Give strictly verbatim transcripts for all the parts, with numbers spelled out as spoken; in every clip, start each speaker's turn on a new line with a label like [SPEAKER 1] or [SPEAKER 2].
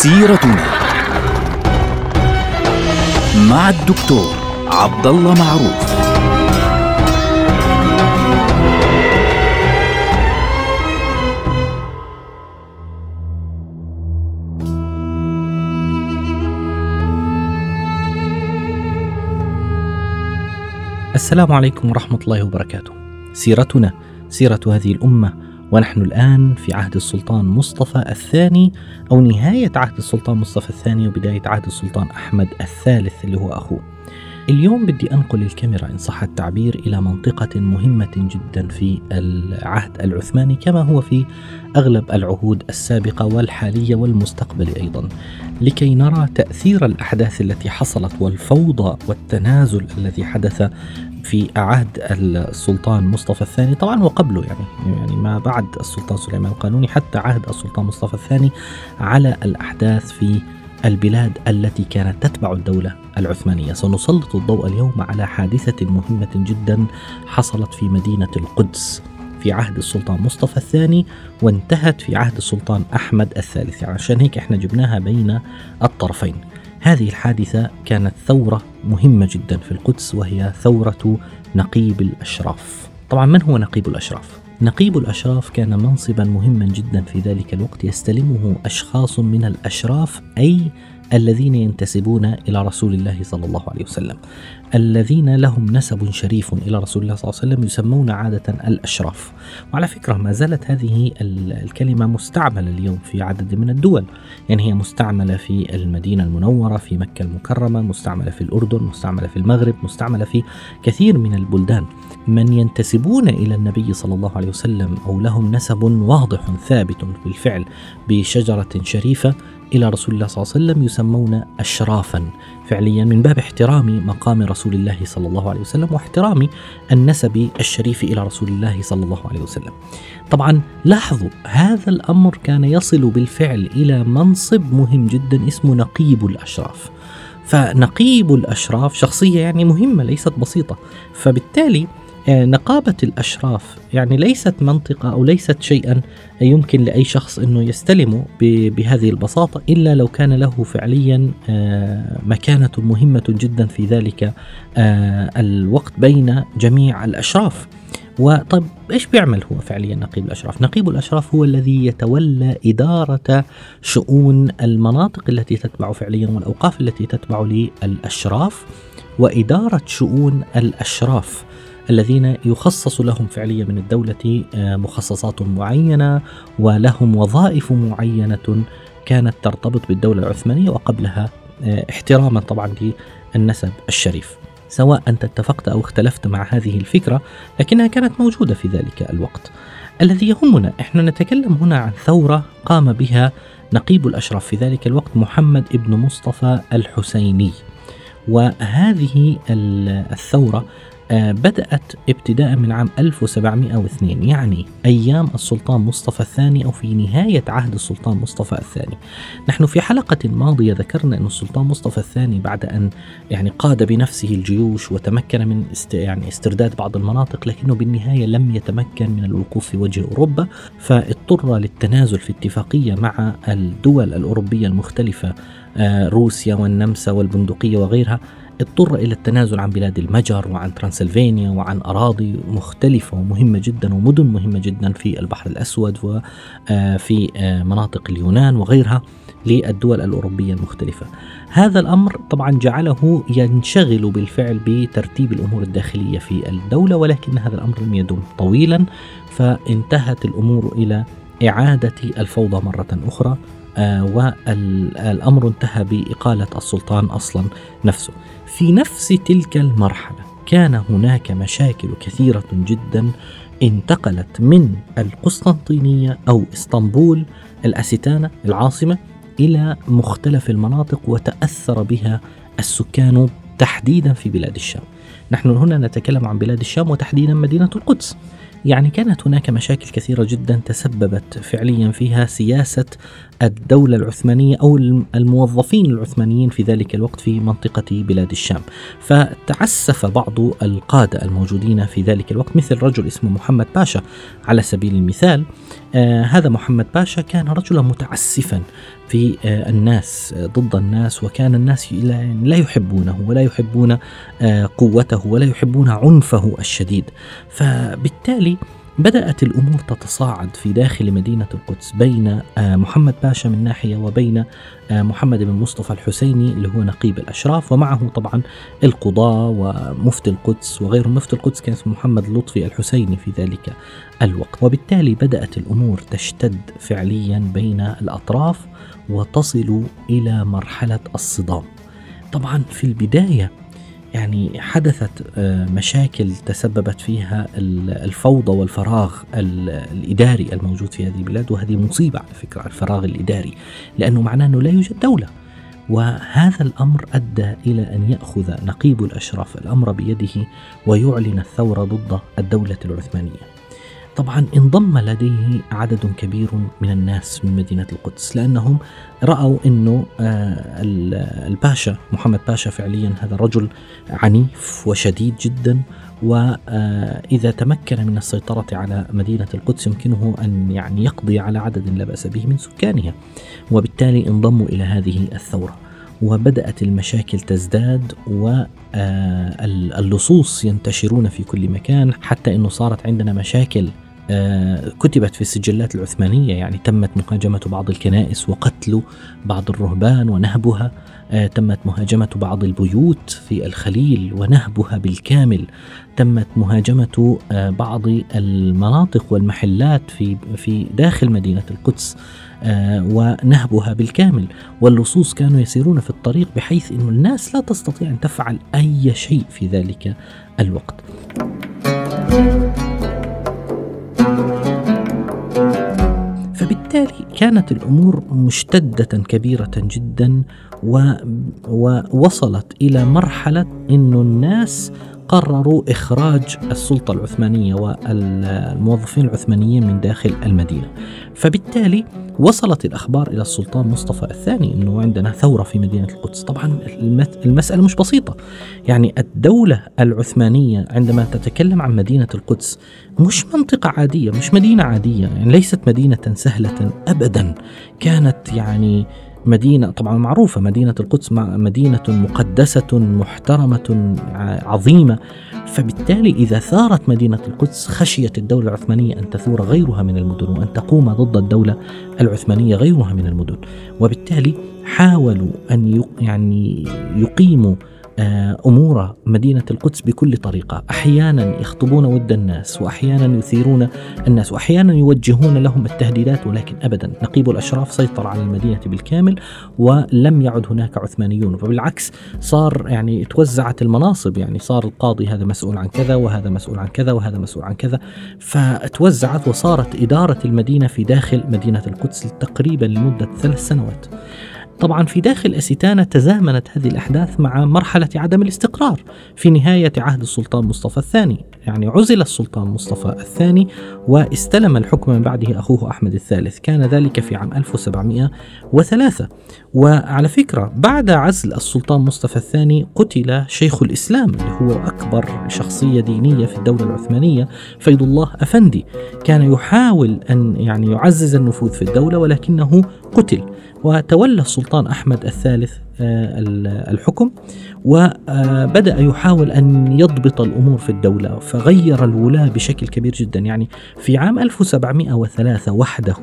[SPEAKER 1] سيرتنا مع الدكتور عبد الله معروف.
[SPEAKER 2] السلام عليكم ورحمة الله وبركاته. سيرتنا سيرة هذه الأمة، ونحن الآن في عهد السلطان مصطفى الثاني، أو نهاية عهد السلطان مصطفى الثاني وبداية عهد السلطان أحمد الثالث اللي هو أخوه. اليوم بدي أنقل الكاميرا إن صح التعبير إلى منطقة مهمة جدا في العهد العثماني، كما هو في أغلب العهود السابقة والحالية والمستقبل أيضا، لكي نرى تأثير الأحداث التي حصلت والفوضى والتنازل الذي حدث في عهد السلطان مصطفى الثاني، طبعا وقبله يعني يعني ما بعد السلطان سليمان القانوني حتى عهد السلطان مصطفى الثاني، على الأحداث في البلاد التي كانت تتبع الدولة العثمانية. سنسلط الضوء اليوم على حادثة مهمة جدا حصلت في مدينة القدس في عهد السلطان مصطفى الثاني، وانتهت في عهد السلطان أحمد الثالث، يعني عشان هيك احنا جبناها بين الطرفين. هذه الحادثة كانت ثورة مهمة جدا في القدس، وهي ثورة نقيب الأشراف. طبعا من هو نقيب الأشراف؟ نقيب الأشراف كان منصبا مهما جدا في ذلك الوقت، يستلمه أشخاص من الأشراف، أي الذين ينتسبون إلى رسول الله صلى الله عليه وسلم، الذين لهم نسب شريف إلى رسول الله صلى الله عليه وسلم يسمون عادة الأشراف. وعلى فكرة ما زالت هذه الكلمة مستعملة اليوم في عدد من الدول، يعني هي مستعملة في المدينة المنورة، في مكة المكرمة، مستعملة في الأردن، مستعملة في المغرب، مستعملة في كثير من البلدان. من ينتسبون إلى النبي صلى الله عليه وسلم أو لهم نسب واضح ثابت بالفعل بشجرة شريفة إلى رسول الله صلى الله عليه وسلم يسمون أشرافا فعليا، من باب احترام مقام رسول الله صلى الله عليه وسلم واحترام النسب الشريف إلى رسول الله صلى الله عليه وسلم. طبعا لاحظوا هذا الأمر كان يصل بالفعل إلى منصب مهم جدا اسمه نقيب الأشراف. فنقيب الأشراف شخصية يعني مهمة ليست بسيطة، فبالتالي نقابة الأشراف يعني ليست منطقة أو ليست شيئا يمكن لأي شخص أنه يستلمه بهذه البساطة، إلا لو كان له فعليا مكانة مهمة جدا في ذلك الوقت بين جميع الأشراف. وطيب إيش بيعمل هو فعليا نقيب الأشراف؟ نقيب الأشراف هو الذي يتولى إدارة شؤون المناطق التي تتبع فعليا والأوقاف التي تتبع للأشراف، وإدارة شؤون الأشراف الذين يخصص لهم فعليا من الدولة مخصصات معينة ولهم وظائف معينة كانت ترتبط بالدولة العثمانية وقبلها، احتراما طبعا للنسب الشريف، سواء أنت اتفقت أو اختلفت مع هذه الفكرة، لكنها كانت موجودة في ذلك الوقت. الذي يهمنا احنا نتكلم هنا عن ثورة قام بها نقيب الأشراف في ذلك الوقت محمد ابن مصطفى الحسيني. وهذه الثورة بدأت ابتداء من عام ألف وسبعمائة واثنين، يعني أيام السلطان مصطفى الثاني أو في نهاية عهد السلطان مصطفى الثاني. نحن في حلقة ماضية ذكرنا أن السلطان مصطفى الثاني بعد أن يعني قاد بنفسه الجيوش وتمكن من است يعني استرداد بعض المناطق، لكنه بالنهاية لم يتمكن من الوقوف في وجه أوروبا، فاضطر للتنازل في اتفاقية مع الدول الأوروبية المختلفة، روسيا والنمسا والبندقية وغيرها. اضطر إلى التنازل عن بلاد المجر وعن ترانسلفانيا وعن أراضي مختلفة ومهمة جدا ومدن مهمة جدا في البحر الأسود وفي مناطق اليونان وغيرها للدول الأوروبية المختلفة. هذا الأمر طبعا جعله ينشغل بالفعل بترتيب الأمور الداخلية في الدولة، ولكن هذا الأمر لم يدم طويلا، فانتهت الأمور إلى إعادة الفوضى مرة أخرى، آه والأمر انتهى بإقالة السلطان أصلا نفسه. في نفس تلك المرحلة كان هناك مشاكل كثيرة جدا انتقلت من القسطنطينية أو اسطنبول الأستانة العاصمة إلى مختلف المناطق، وتأثر بها السكان تحديدا في بلاد الشام. نحن هنا نتكلم عن بلاد الشام وتحديدا مدينة القدس. يعني كانت هناك مشاكل كثيرة جدا تسببت فعليا فيها سياسة الدولة العثمانية أو الموظفين العثمانيين في ذلك الوقت في منطقة بلاد الشام. فتعسف بعض القادة الموجودين في ذلك الوقت، مثل رجل اسمه محمد باشا على سبيل المثال. آه هذا محمد باشا كان رجلا متعسفا في آه الناس، آه ضد الناس، وكان الناس لا يحبونه ولا يحبون آه قوته ولا يحبون عنفه الشديد. فبالتالي بدأت الأمور تتصاعد في داخل مدينة القدس بين محمد باشا من ناحية وبين محمد بن مصطفى الحسيني اللي هو نقيب الأشراف، ومعه طبعا القضاة ومفتي القدس وغير مفتي القدس كان اسمه محمد لطفي الحسيني في ذلك الوقت. وبالتالي بدأت الأمور تشتد فعليا بين الأطراف وتصل إلى مرحلة الصدام. طبعا في البداية يعني حدثت مشاكل تسببت فيها الفوضى والفراغ الإداري الموجود في هذه البلاد، وهذه مصيبة على فكرة الفراغ الإداري، لأنه معناه أنه لا يوجد دولة. وهذا الأمر أدى إلى أن يأخذ نقيب الأشراف الأمر بيده ويعلن الثورة ضد الدولة العثمانية. طبعا انضم لديه عدد كبير من الناس من مدينة القدس، لأنهم رأوا أنه الباشا محمد باشا فعليا هذا رجل عنيف وشديد جدا، وإذا تمكن من السيطرة على مدينة القدس يمكنه أن يعني يقضي على عدد لا بأس به من سكانها. وبالتالي انضموا إلى هذه الثورة، وبدأت المشاكل تزداد واللصوص ينتشرون في كل مكان، حتى أنه صارت عندنا مشاكل كتبت في السجلات العثمانية، يعني تمت مهاجمة بعض الكنائس وقتل بعض الرهبان ونهبها، تمت مهاجمة بعض البيوت في الخليل ونهبها بالكامل، تمت مهاجمة بعض المناطق والمحلات في في داخل مدينة القدس ونهبها بالكامل. واللصوص كانوا يسيرون في الطريق بحيث أن الناس لا تستطيع أن تفعل أي شيء في ذلك الوقت. فبالتالي كانت الأمور مشتدة كبيرة جدا، ووصلت إلى مرحلة أن الناس قرروا إخراج السلطة العثمانية والموظفين العثمانيين من داخل المدينة. فبالتالي وصلت الأخبار إلى السلطان مصطفى الثاني أنه عندنا ثورة في مدينة القدس. طبعا المسألة مش بسيطة، يعني الدولة العثمانية عندما تتكلم عن مدينة القدس مش منطقة عادية، مش مدينة عادية، يعني ليست مدينة سهلة أبدا، كانت يعني مدينة طبعا معروفة مدينة القدس مدينة مقدسة محترمة عظيمة. فبالتالي إذا ثارت مدينة القدس خشيت الدولة العثمانية أن تثور غيرها من المدن وأن تقوم ضد الدولة العثمانية غيرها من المدن. وبالتالي حاولوا أن يعني يقيموا أمور مدينة القدس بكل طريقة، أحيانا يخطبون ود الناس، وأحيانا يثيرون الناس، وأحيانا يوجهون لهم التهديدات، ولكن أبدا نقيب الأشراف سيطر على المدينة بالكامل ولم يعد هناك عثمانيون، وبالعكس صار يعني توزعت المناصب، يعني صار القاضي هذا مسؤول عن كذا وهذا مسؤول عن كذا وهذا مسؤول عن كذا، فتوزعت وصارت إدارة المدينة في داخل مدينة القدس تقريبا لمدة ثلاث سنوات. طبعا في داخل أستانا تزامنت هذه الأحداث مع مرحلة عدم الاستقرار في نهاية عهد السلطان مصطفى الثاني، يعني عزل السلطان مصطفى الثاني واستلم الحكم من بعده أخوه أحمد الثالث، كان ذلك في عام ألف وسبعمائة وثلاثة. وعلى فكرة بعد عزل السلطان مصطفى الثاني قتل شيخ الإسلام اللي هو أكبر شخصية دينية في الدولة العثمانية، فيض الله أفندي، كان يحاول أن يعني يعزز النفوذ في الدولة ولكنه قتل، وتولى السلطان أحمد الثالث الحكم وبدأ يحاول أن يضبط الأمور في الدولة، فغير الولاة بشكل كبير جدا. يعني في عام ألف وسبعمائة وثلاثة وحده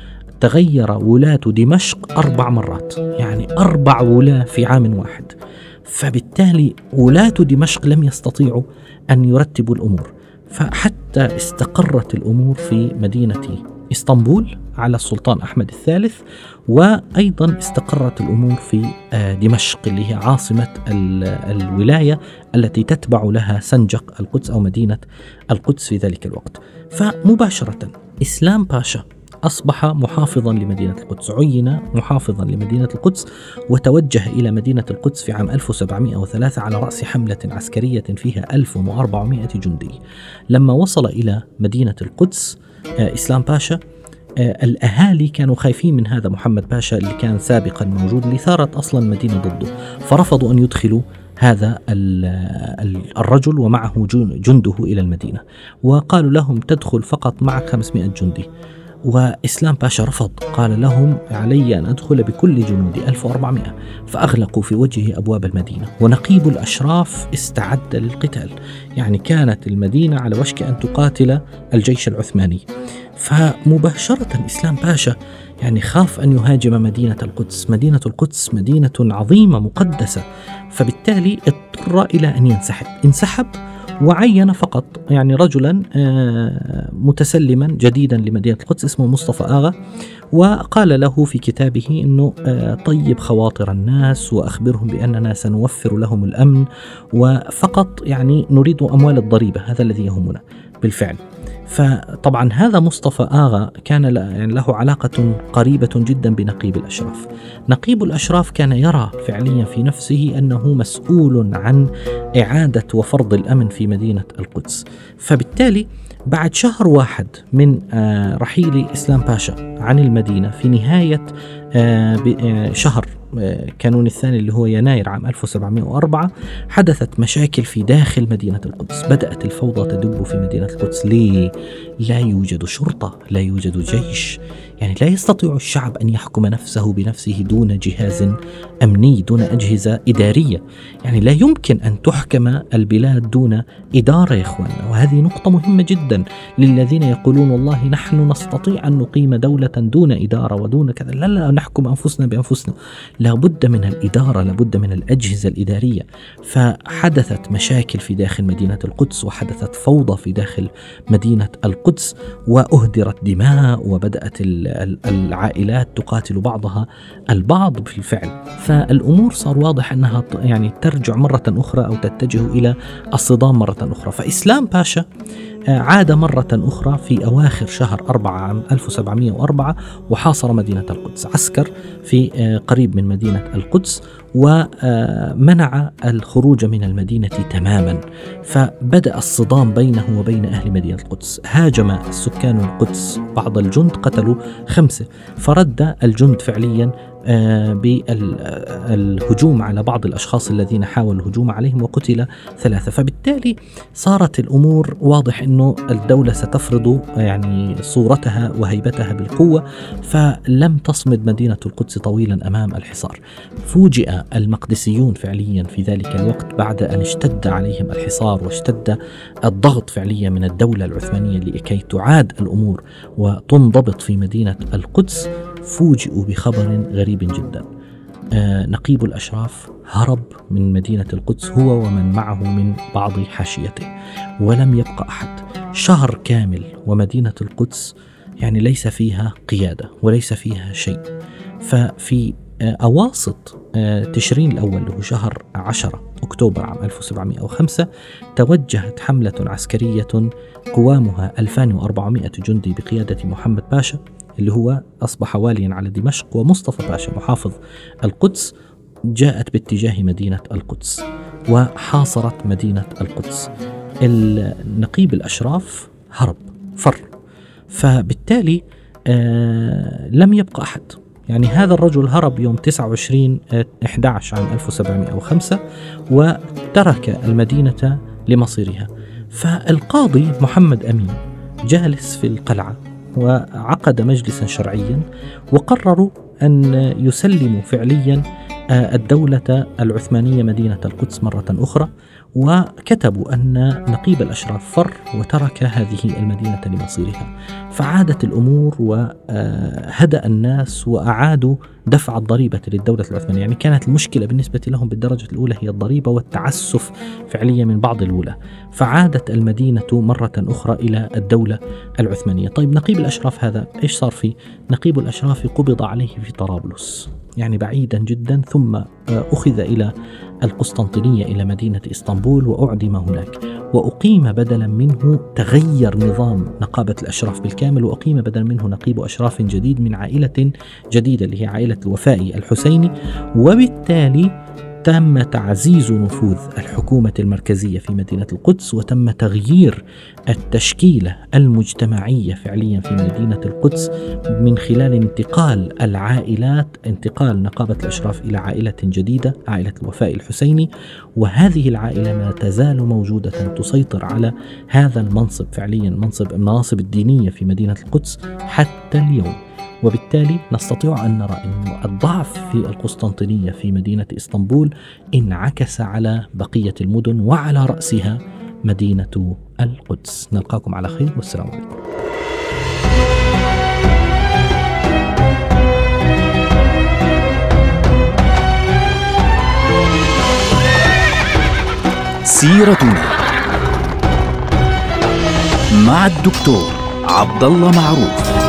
[SPEAKER 2] تغير ولاة دمشق أربع مرات، يعني أربع ولاة في عام واحد. فبالتالي ولاة دمشق لم يستطيعوا أن يرتبوا الأمور، فحتى استقرت الأمور في مدينة إسطنبول على السلطان أحمد الثالث، وأيضا استقرت الأمور في دمشق اللي هي عاصمة الولاية التي تتبع لها سنجق القدس أو مدينة القدس في ذلك الوقت. فمباشرة إسلام باشا أصبح محافظا لمدينة القدس، عين محافظا لمدينة القدس، وتوجه إلى مدينة القدس في عام ألف وسبعمائة وثلاثة على رأس حملة عسكرية فيها ألف وأربعمائة جندي. لما وصل إلى مدينة القدس إسلام باشا، الأهالي كانوا خايفين من هذا محمد باشا اللي كان سابقا موجود، اللي ثارت أصلا مدينة ضده، فرفضوا أن يدخلوا هذا الرجل ومعه جنده إلى المدينة، وقالوا لهم تدخل فقط معك خمسمائة جندي. وإسلام باشا رفض، قال لهم علي أن أدخل بكل جنودي ألف وأربعمائة، فأغلقوا في وجهه أبواب المدينة. ونقيب الأشراف استعد للقتال، يعني كانت المدينة على وشك أن تقاتل الجيش العثماني. فمباشرة إسلام باشا يعني خاف أن يهاجم مدينة القدس. مدينة القدس مدينة عظيمة مقدسة، فبالتالي اضطر إلى أن ينسحب انسحب وعين فقط يعني رجلا متسلما جديدا لمدينة القدس اسمه مصطفى آغا، وقال له في كتابه أنه طيب خواطر الناس وأخبرهم بأننا سنوفر لهم الأمن، وفقط يعني نريد أموال الضريبة، هذا الذي يهمنا بالفعل. فطبعا هذا مصطفى آغا كان يعني له علاقة قريبة جدا بنقيب الأشراف. نقيب الأشراف كان يرى فعليا في نفسه أنه مسؤول عن إعادة وفرض الأمن في مدينة القدس. فبالتالي بعد شهر واحد من رحيل إسلام باشا عن المدينة في نهاية شهر كانون الثاني اللي هو يناير عام ألف وسبعمائة وأربعة، حدثت مشاكل في داخل مدينة القدس. بدأت الفوضى تدب في مدينة القدس. ليه؟ لا يوجد شرطة، لا يوجد جيش، يعني لا يستطيع الشعب أن يحكم نفسه بنفسه دون جهاز أمني، دون أجهزة إدارية. يعني لا يمكن أن تحكم البلاد دون إدارة يا إخواننا، وهذه نقطة مهمة جدا للذين يقولون والله نحن نستطيع أن نقيم دولة دون إدارة ودون كذا. لا لا، نحكم أنفسنا بأنفسنا. لابد من الإدارة، لابد من الأجهزة الإدارية. فحدثت مشاكل في داخل مدينة القدس، وحدثت فوضى في داخل مدينة القدس، وأهدرت دماء، وبدأت العائلات تقاتل بعضها البعض في الفعل. فالأمور صار واضح أنها يعني ترجع مرة أخرى أو تتجه إلى الصدام مرة أخرى. فإسلام باشا عاد مرة أخرى في أواخر شهر أربعة عام ألف وسبعمائة وأربعة وحاصر مدينة القدس. عسكر في قريب من مدينة القدس ومنع الخروج من المدينة تماما. فبدأ الصدام بينه وبين أهل مدينة القدس. هاجم السكان القدس بعض الجند، قتلوا خمسة، فرد الجند فعليا بالهجوم على بعض الأشخاص الذين حاولوا الهجوم عليهم، وقتل ثلاثة. فبالتالي صارت الأمور واضح أنه الدولة ستفرض يعني صورتها وهيبتها بالقوة، فلم تصمد مدينة القدس طويلا أمام الحصار. فوجئ المقدسيون فعليا في ذلك الوقت بعد أن اشتد عليهم الحصار واشتد الضغط فعليا من الدولة العثمانية لكي تعاد الأمور وتنضبط في مدينة القدس. فوجئوا بخبر غريب جدا. آه نقيب الأشراف هرب من مدينة القدس هو ومن معه من بعض حاشيته، ولم يبقى أحد. شهر كامل ومدينة القدس يعني ليس فيها قيادة وليس فيها شيء. ففي آه أواسط آه تشرين الأول اللي هو شهر عشرة أكتوبر عام ألف وسبعمائة وخمسة توجهت حملة عسكرية قوامها ألفين وأربعمائة جندي بقيادة محمد باشا اللي هو أصبح واليا على دمشق، ومصطفى باشا محافظ القدس، جاءت باتجاه مدينة القدس وحاصرت مدينة القدس. النقيب الأشراف هرب فر، فبالتالي آه لم يبقى أحد. يعني هذا الرجل هرب يوم تسعة وعشرين أحد عشر عام ألف وسبعمائة وخمسة وترك المدينة لمصيرها. فالقاضي محمد أمين جالس في القلعة وعقد مجلسا شرعيا، وقرروا أن يسلموا فعليا الدولة العثمانية مدينة القدس مرة أخرى، وكتبوا أن نقيب الأشراف فر وترك هذه المدينة لمصيرها. فعادت الأمور وهدأ الناس وأعادوا دفع الضريبة للدولة العثمانية. يعني كانت المشكلة بالنسبة لهم بالدرجة الأولى هي الضريبة والتعسف فعليا من بعض الولاة، فعادت المدينة مرة أخرى إلى الدولة العثمانية. طيب نقيب الأشراف هذا إيش صار فيه؟ نقيب الأشراف قبض عليه في طرابلس، يعني بعيدا جدا، ثم أخذ إلى القسطنطينية إلى مدينة إسطنبول وأعدم هناك. وأقيم بدلا منه، تغير نظام نقابة الأشراف بالكامل، وأقيم بدلا منه نقيب أشراف جديد من عائلة جديدة اللي هي عائلة الوفائي الحسيني. وبالتالي تم تعزيز نفوذ الحكومة المركزية في مدينة القدس، وتم تغيير التشكيلة المجتمعية فعليا في مدينة القدس من خلال انتقال العائلات، انتقال نقابة الأشراف إلى عائلة جديدة، عائلة الوفاء الحسيني. وهذه العائلة ما تزال موجودة تسيطر على هذا المنصب فعليا، منصب المناصب الدينية في مدينة القدس حتى اليوم. وبالتالي نستطيع أن نرى أن الضعف في القسطنطينية في مدينة إسطنبول انعكس على بقية المدن، وعلى رأسها مدينة القدس. نلقاكم على خير، والسلام عليكم.
[SPEAKER 1] سيرتنا مع الدكتور عبد الله معروف.